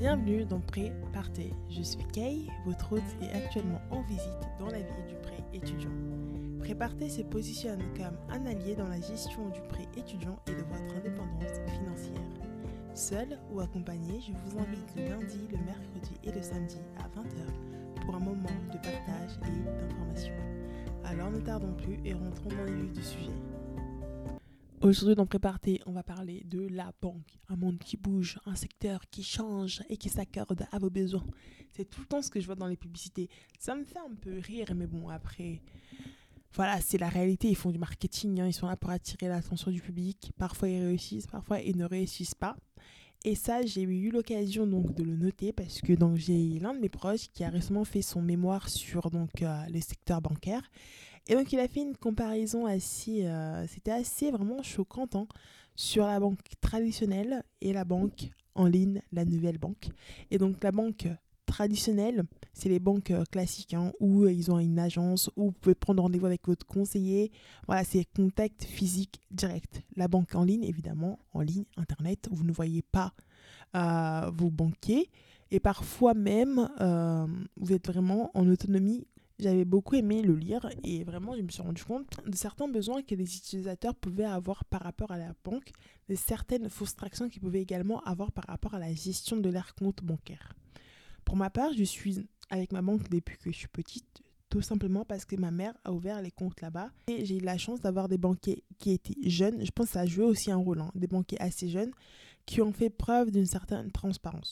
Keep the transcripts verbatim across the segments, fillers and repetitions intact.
Bienvenue dans Prêt Partez. Je suis Kay, votre hôte et actuellement en visite dans la vie du prêt étudiant. Prêt Partez se positionne comme un allié dans la gestion du prêt étudiant et de votre indépendance financière. Seul ou accompagné, je vous invite le lundi, le mercredi et le samedi à vingt heures pour un moment de partage et d'information. Alors ne tardons plus et rentrons dans les vifs du sujet. Aujourd'hui dans Prêt Partez, on va parler de la banque, un monde qui bouge, un secteur qui change et qui s'accorde à vos besoins. C'est tout le temps ce que je vois dans les publicités. Ça me fait un peu rire, mais bon, après, voilà, c'est la réalité. Ils font du marketing, hein, ils sont là pour attirer l'attention du public. Parfois ils réussissent, parfois ils ne réussissent pas. Et ça, j'ai eu l'occasion donc de le noter parce que donc j'ai l'un de mes proches qui a récemment fait son mémoire sur donc euh, le secteur bancaire. Et donc il a fait une comparaison assez, euh, c'était assez vraiment choquante hein, sur la banque traditionnelle et la banque en ligne, la nouvelle banque. Et donc la banque traditionnelle, c'est les banques euh, classiques hein, où ils ont une agence, où vous pouvez prendre rendez-vous avec votre conseiller. Voilà, c'est contact physique direct. La banque en ligne, évidemment, en ligne, internet, où vous ne voyez pas euh, vos banquiers. Et parfois même, euh, vous êtes vraiment en autonomie. J'avais beaucoup aimé le lire et vraiment je me suis rendu compte de certains besoins que les utilisateurs pouvaient avoir par rapport à la banque, de certaines frustrations qu'ils pouvaient également avoir par rapport à la gestion de leur compte bancaire. Pour ma part, je suis avec ma banque depuis que je suis petite, tout simplement parce que ma mère a ouvert les comptes là-bas et j'ai eu la chance d'avoir des banquiers qui étaient jeunes, je pense que ça a joué aussi un rôle, hein, des banquiers assez jeunes qui ont fait preuve d'une certaine transparence.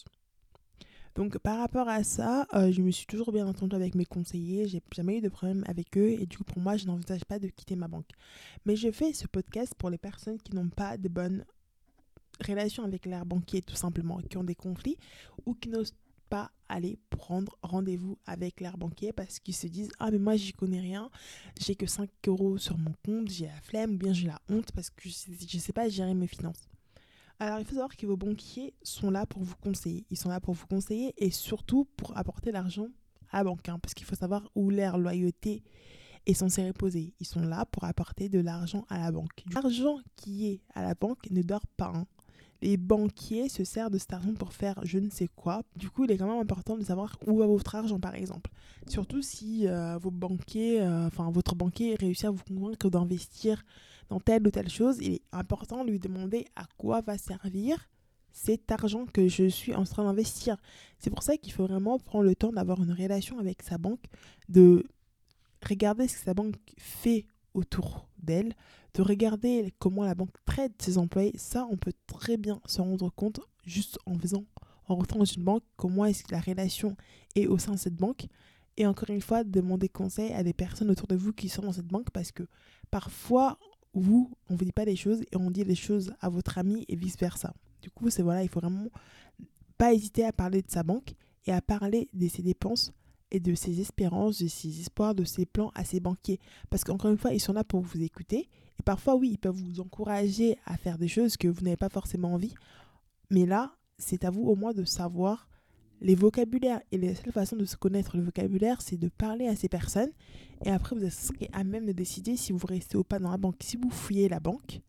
Donc par rapport à ça, euh, je me suis toujours bien entendue avec mes conseillers, j'ai jamais eu de problème avec eux et du coup pour moi je n'envisage pas de quitter ma banque. Mais je fais ce podcast pour les personnes qui n'ont pas de bonnes relations avec leurs banquiers tout simplement, qui ont des conflits ou qui n'osent pas aller prendre rendez-vous avec leurs banquiers parce qu'ils se disent « Ah mais moi j'y connais rien, j'ai que cinq euros sur mon compte, j'ai la flemme ou bien j'ai la honte parce que je ne sais pas gérer mes finances ». Alors, il faut savoir que vos banquiers sont là pour vous conseiller. Ils sont là pour vous conseiller et surtout pour apporter l'argent à la banque. Hein, parce qu'il faut savoir où leur loyauté est censée reposer. Ils sont là pour apporter de l'argent à la banque. L'argent qui est à la banque ne dort pas. Hein. Les banquiers se servent de cet argent pour faire je ne sais quoi. Du coup, il est quand même important de savoir où va votre argent, par exemple. Surtout si euh, vos banquiers, euh, enfin, votre banquier réussit à vous convaincre d'investir dans telle ou telle chose, il est important de lui demander à quoi va servir cet argent que je suis en train d'investir. C'est pour ça qu'il faut vraiment prendre le temps d'avoir une relation avec sa banque, de regarder ce que sa banque fait autour d'elle, de regarder comment la banque traite ses employés. Ça, on peut très bien se rendre compte juste en faisant, en rentrant dans une banque, comment est-ce que la relation est au sein de cette banque. Et encore une fois, demander conseil à des personnes autour de vous qui sont dans cette banque parce que parfois, vous, on ne vous dit pas des choses et on dit des choses à votre ami et vice-versa. Du coup, c'est voilà, il faut vraiment pas hésiter à parler de sa banque et à parler de ses dépenses et de ses espérances, de ses espoirs, de ses plans à ses banquiers. Parce qu'encore une fois, ils sont là pour vous écouter. Et parfois, oui, ils peuvent vous encourager à faire des choses que vous n'avez pas forcément envie. Mais là, c'est à vous au moins de savoir les vocabulaires. Et la seule façon de se connaître le vocabulaire, c'est de parler à ces personnes. Et après, vous serez à même de décider si vous restez ou pas dans la banque. Si vous fouillez la banque,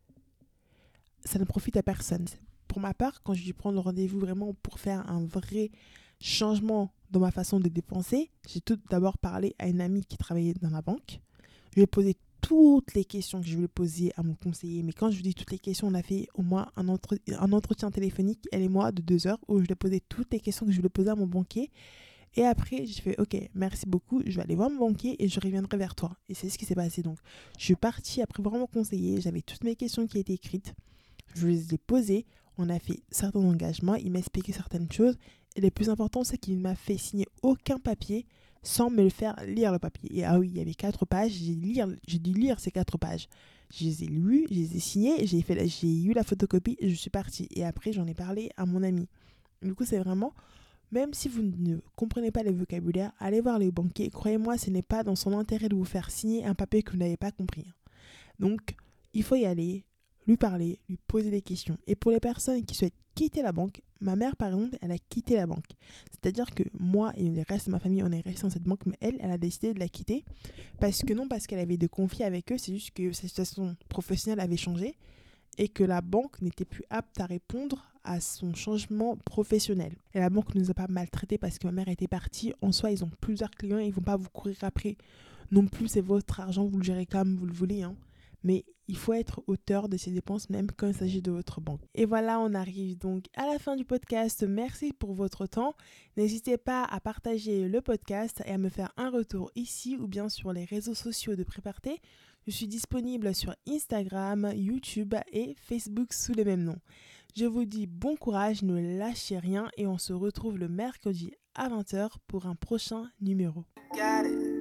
ça ne profite à personne. Pour ma part, quand je vais prendre rendez-vous vraiment pour faire un vrai changement dans ma façon de dépenser, j'ai tout d'abord parlé à une amie qui travaillait dans la banque. Je lui ai posé toutes les questions que je voulais poser à mon conseiller. Mais quand je vous dis toutes les questions, on a fait au moins un, entre... un entretien téléphonique, elle et moi, de deux heures, où je lui ai posé toutes les questions que je voulais poser à mon banquier. Et après, j'ai fait « Ok, merci beaucoup, je vais aller voir mon banquier et je reviendrai vers toi. » Et c'est ce qui s'est passé. Donc, je suis partie après voir mon conseiller. J'avais toutes mes questions qui étaient écrites. Je les ai posées. On a fait certains engagements. Il m'a expliqué certaines choses. Et le plus important, c'est qu'il ne m'a fait signer aucun papier sans me le faire lire le papier. Et ah oui, il y avait quatre pages. J'ai, lire, j'ai dû lire ces quatre pages. Je les ai lues, je les ai signées, j'ai, fait la, j'ai eu la photocopie et je suis partie. Et après, j'en ai parlé à mon ami. Du coup, c'est vraiment, même si vous ne comprenez pas les vocabulaires, allez voir les banquiers. Croyez-moi, ce n'est pas dans son intérêt de vous faire signer un papier que vous n'avez pas compris. Donc, il faut y aller, lui parler, lui poser des questions. Et pour les personnes qui souhaitent quitter la banque, ma mère, par exemple, elle a quitté la banque. C'est-à-dire que moi et le reste de ma famille, on est restés dans cette banque, mais elle, elle a décidé de la quitter. Parce que non, parce qu'elle avait des conflits avec eux, c'est juste que sa situation professionnelle avait changé et que la banque n'était plus apte à répondre à son changement professionnel. Et la banque ne nous a pas maltraités parce que ma mère était partie. En soi, ils ont plusieurs clients et ils ne vont pas vous courir après non plus. C'est votre argent, vous le gérez comme vous le voulez, hein. Mais il faut être auteur de ses dépenses même quand il s'agit de votre banque. Et voilà, on arrive donc à la fin du podcast. Merci pour votre temps. N'hésitez pas à partager le podcast et à me faire un retour ici ou bien sur les réseaux sociaux de Préparté. Je suis disponible sur Instagram, YouTube et Facebook sous les mêmes noms. Je vous dis bon courage, ne lâchez rien et on se retrouve le mercredi à vingt heures pour un prochain numéro. Got it.